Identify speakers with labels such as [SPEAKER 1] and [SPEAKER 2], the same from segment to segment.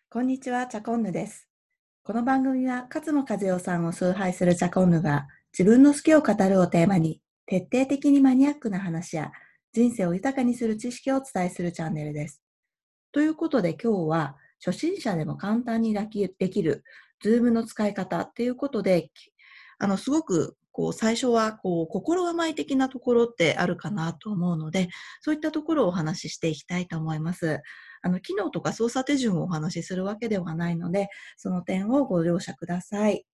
[SPEAKER 1] こんにちは、チャコンヌです。この番組は勝間和代さんを崇拝するチャコンヌが自分の好きを語るをテーマに徹底的にマニアックな話や人生を豊かにする知識をお伝えするチャンネルです。ということで今日は初心者でも簡単にできる Zoom の使い方っていうことで、すごく最初は心構え的なところってあるかなと思うので、そういったところをお話ししていきたいと思います。機能とか操作手順をお話しするわけではないので、その点をご了承ください。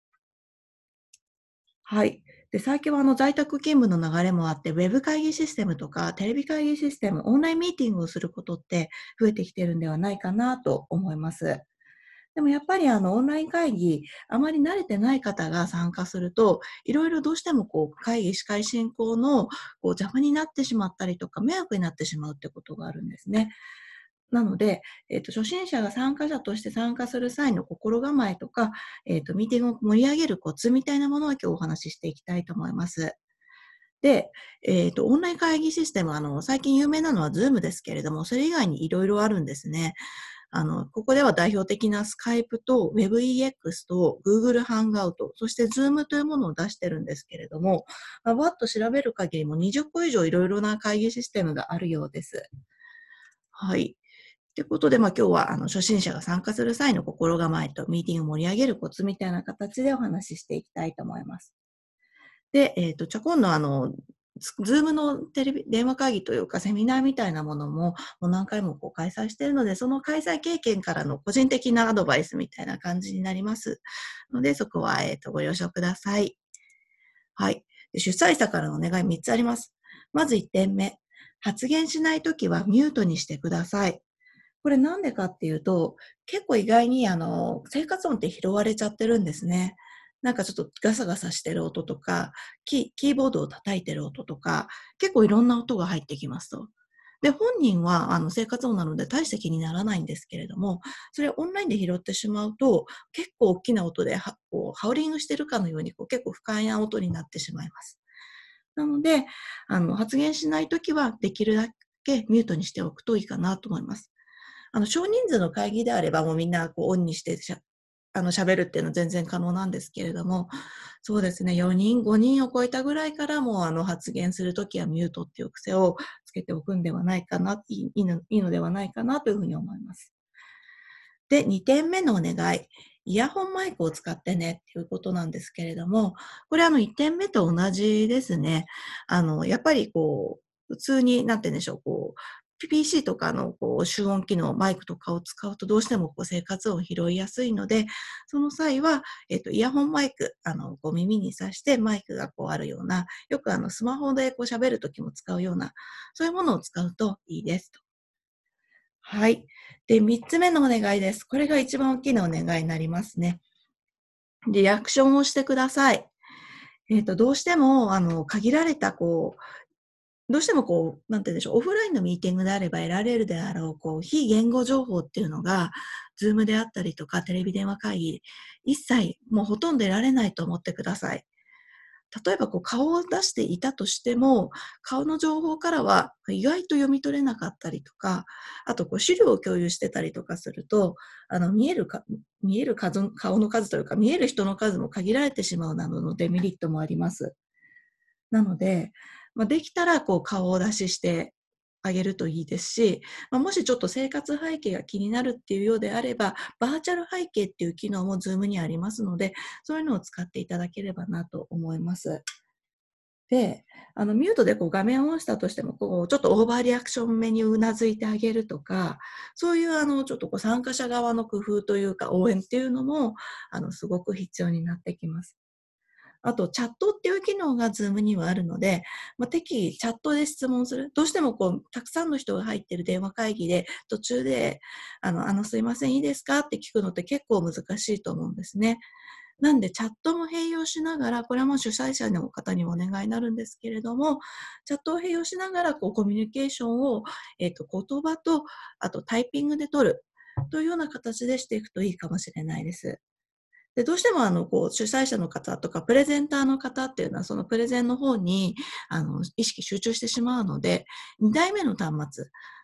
[SPEAKER 1] はい。で、最近は在宅勤務の流れもあって、ウェブ会議システムとかテレビ会議システム、オンラインミーティングをすることって増えてきてるんではないかなと思います。でもやっぱりオンライン会議、あまり慣れてない方が参加すると、いろいろどうしても会議司会進行の邪魔になってしまったりとか、迷惑になってしまうってことがあるんですね。なので、初心者が参加者として参加する際の心構えとか、ミーティングを盛り上げるコツみたいなものを今日お話ししていきたいと思います。で、オンライン会議システム、最近有名なのは Zoom ですけれども、それ以外にいろいろあるんですね。ここでは代表的なスカイプと WebEX と Google ハンガウト、そして Zoom というものを出してるんですけれども、わっと調べる限りも20個以上いろいろな会議システムがあるようです。はい。ということで、今日は初心者が参加する際の心構えとミーティングを盛り上げるコツみたいな形でお話ししていきたいと思います。で、チャコンのズームの電話会議というかセミナーみたいなものも何回も開催しているので、その開催経験からの個人的なアドバイスみたいな感じになりますので、そこはご了承ください。はい。主催者からのお願い3つあります。まず1点目。発言しないときはミュートにしてください。これなんでかっていうと、結構意外に生活音って拾われちゃってるんですね。なんかちょっとガサガサしてる音とか、キーボードを叩いてる音とか、結構いろんな音が入ってきますと。で、本人は生活音なので大して気にならないんですけれども、それをオンラインで拾ってしまうと、結構大きな音でハウリングしてるかのように結構不快な音になってしまいます。なので、発言しないときはできるだけミュートにしておくといいかなと思います。少人数の会議であればもうみんなオンにして喋るっていうのは全然可能なんですけれども、そうですね、4人、5人を超えたぐらいからも発言するときはミュートっていう癖をつけておくんではないかな、いいのではないかなというふうに思います。で、2点目のお願い。イヤホンマイクを使ってねっていうことなんですけれども、これ1点目と同じですね。やっぱり普通に、なんて言うんでしょう、PC とかの集音機能、マイクとかを使うとどうしても生活音を拾いやすいので、その際は、イヤホンマイク、耳に挿してマイクがあるような、よくスマホで喋るときも使うような、そういうものを使うといいですと。はい。で、3つ目のお願いです。これが一番大きなお願いになりますね。リアクションをしてください。どうしても、限られた、どうしてもなんて言うんでしょう、オフラインのミーティングであれば得られるであろう、非言語情報っていうのが、ズームであったりとか、テレビ電話会議、一切、もうほとんど得られないと思ってください。例えば顔を出していたとしても、顔の情報からは意外と読み取れなかったりとか、あと資料を共有してたりとかすると、見える顔の数というか、見える人の数も限られてしまうなどのデメリットもあります。なので、できたら顔を出ししてあげるといいですし、もしちょっと生活背景が気になるっていうようであれば、バーチャル背景っていう機能も Zoom にありますので、そういうのを使っていただければなと思います。で、ミュートで画面をオンしたとしても、ちょっとオーバーリアクション目にうなずいてあげるとか、そういうちょっと参加者側の工夫というか応援っていうのも、すごく必要になってきます。あと、チャットっていう機能が Zoom にはあるので、適宜チャットで質問する。どうしてもたくさんの人が入っている電話会議で、途中で、すいません、いいですかって聞くのって結構難しいと思うんですね。なんで、チャットも併用しながら、これはもう主催者の方にもお願いになるんですけれども、チャットを併用しながら、コミュニケーションを、言葉と、あとタイピングで取るというような形でしていくといいかもしれないです。で、どうしても主催者の方とか、プレゼンターの方っていうのは、そのプレゼンの方に、意識集中してしまうので、2台目の端末。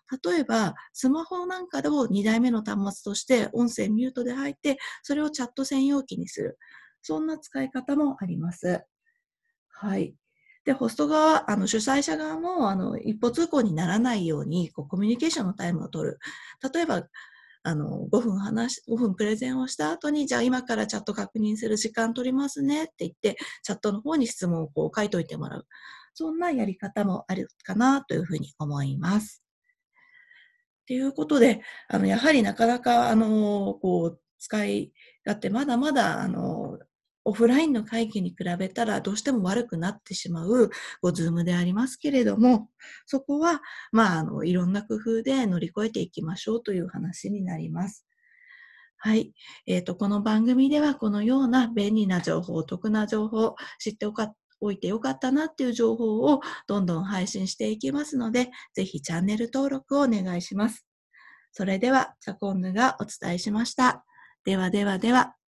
[SPEAKER 1] 例えば、スマホなんかを2台目の端末として音声ミュートで入って、それをチャット専用機にする。そんな使い方もあります。はい。で、ホスト側、主催者側も、一方通行にならないように、コミュニケーションのタイムを取る。例えば、5分プレゼンをした後に、じゃあ今からチャット確認する時間取りますねって言って、チャットの方に質問を書いといてもらう。そんなやり方もあるかなというふうに思います。ということで、やはりなかなか、使い勝手、まだまだ、オフラインの会議に比べたらどうしても悪くなってしまう、ズームでありますけれども、そこは、いろんな工夫で乗り越えていきましょうという話になります。はい。この番組ではこのような便利な情報、お得な情報、知っておいてよかったなっていう情報をどんどん配信していきますので、ぜひチャンネル登録をお願いします。それでは、チャコンヌがお伝えしました。ではではでは。